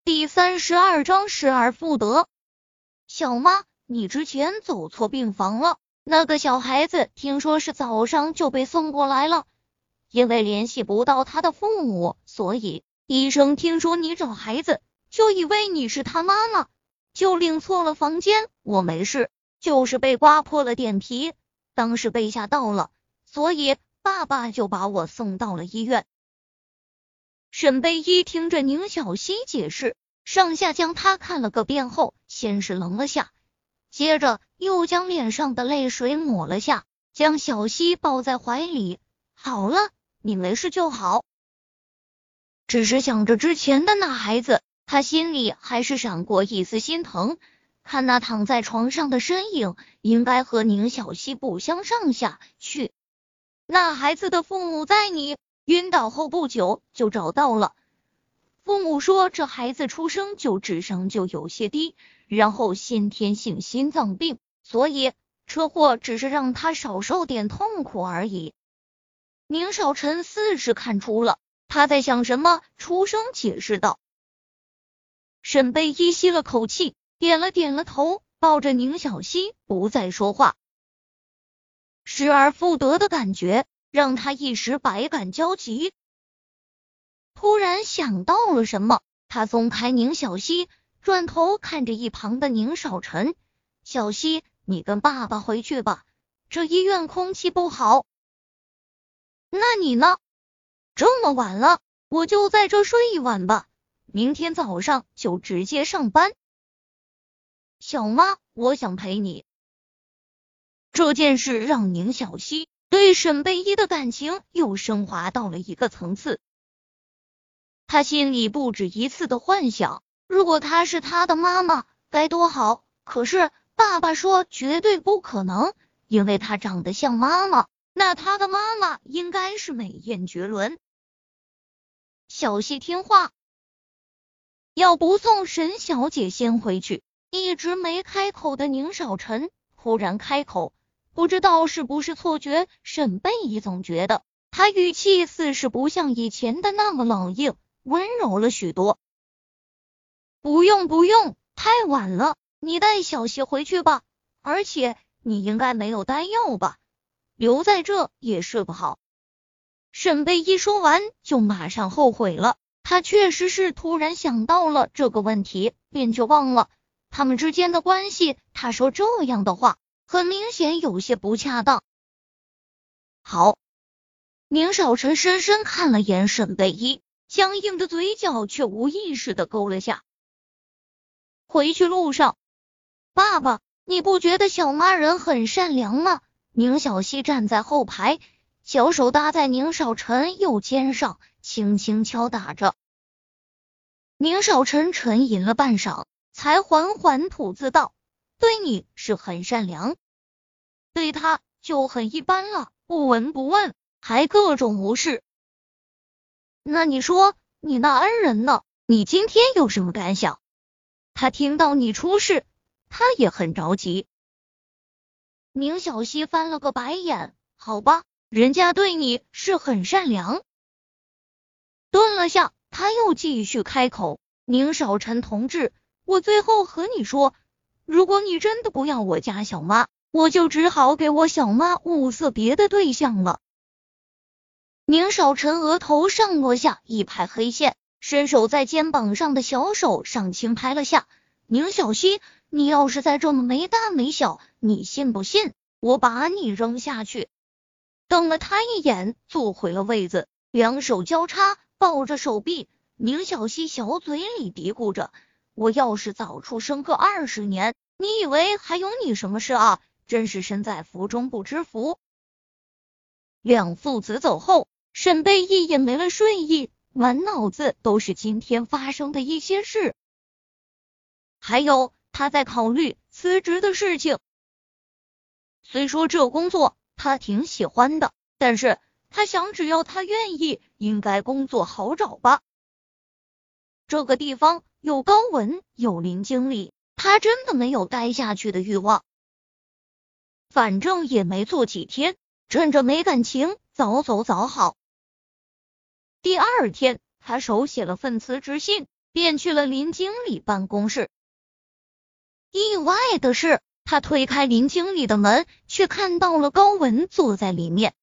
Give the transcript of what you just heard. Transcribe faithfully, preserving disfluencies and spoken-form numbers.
第三十二章失而复得。小妈，你之前走错病房了，那个小孩子听说是早上就被送过来了，因为联系不到他的父母，所以医生听说你找孩子，就以为你是他妈妈，就领错了房间。我没事，就是被刮破了点皮，当时被吓到了，所以爸爸就把我送到了医院。沈贝依听着宁小溪解释，上下将他看了个遍后，先是愣了下，接着又将脸上的泪水抹了下，将小溪抱在怀里。好了，你没事就好。只是想着之前的那孩子，他心里还是闪过一丝心疼，看那躺在床上的身影，应该和宁小溪不相上下去。那孩子的父母在你晕倒后不久就找到了，父母说这孩子出生就智商就有些低，然后先天性心脏病，所以车祸只是让他少受点痛苦而已。宁少臣似是看出了他在想什么，出声解释道。沈贝依吸了口气，点了点了头，抱着宁小溪不再说话。失而复得的感觉让他一时百感交集，突然想到了什么，他松开宁小溪，转头看着一旁的宁少臣，小溪，你跟爸爸回去吧，这医院空气不好。那你呢？这么晚了，我就在这睡一晚吧，明天早上就直接上班。小妈，我想陪你。这件事让宁小溪对沈贝依的感情又升华到了一个层次。他心里不止一次的幻想，如果她是他的妈妈该多好，可是爸爸说绝对不可能，因为她长得像妈妈，那他的妈妈应该是美艳绝伦。小溪听话，要不送沈小姐先回去。一直没开口的宁少臣忽然开口，不知道是不是错觉，沈贝依总觉得他语气似是不像以前的那么冷硬，温柔了许多。不用不用，太晚了，你带小溪回去吧，而且你应该没有带药吧，留在这也睡不好。沈贝依说完就马上后悔了，他确实是突然想到了这个问题，便就忘了他们之间的关系，他说这样的话很明显有些不恰当。好。宁少臣深深看了眼沈贝依，僵硬的嘴角却无意识的勾了下。回去路上，爸爸，你不觉得小妈人很善良吗？宁小溪站在后排，小手搭在宁少臣右肩上，轻轻敲打着。宁少臣沉吟了半晌，才缓缓吐字道，对你是很善良，对他就很一般了，不闻不问，还各种无视。那你说你那恩人呢？你今天有什么感想？他听到你出事，他也很着急。宁小溪翻了个白眼，好吧，人家对你是很善良。顿了下，他又继续开口，宁少臣同志，我最后和你说，如果你真的不要我家小妈，我就只好给我小妈物色别的对象了。宁少臣额头上落下一排黑线，伸手在肩膀上的小手上轻拍了下。宁小溪，你要是再这么没大没小，你信不信我把你扔下去？瞪了他一眼，坐回了位子，两手交叉抱着手臂。宁小溪小嘴里嘀咕着，我要是早出生个二十年，你以为还有你什么事啊？真是身在福中不知福。两父子走后，沈贝依也没了睡意，满脑子都是今天发生的一些事，还有他在考虑辞职的事情。虽说这工作他挺喜欢的，但是他想只要他愿意，应该工作好找吧。这个地方有高文，有林经理，他真的没有待下去的欲望。反正也没做几天，趁着没感情，早走早好。第二天，他手写了份辞职信， 便去了林经理办公室。意外的是，他推开林经理的门，却看到了高文坐在里面。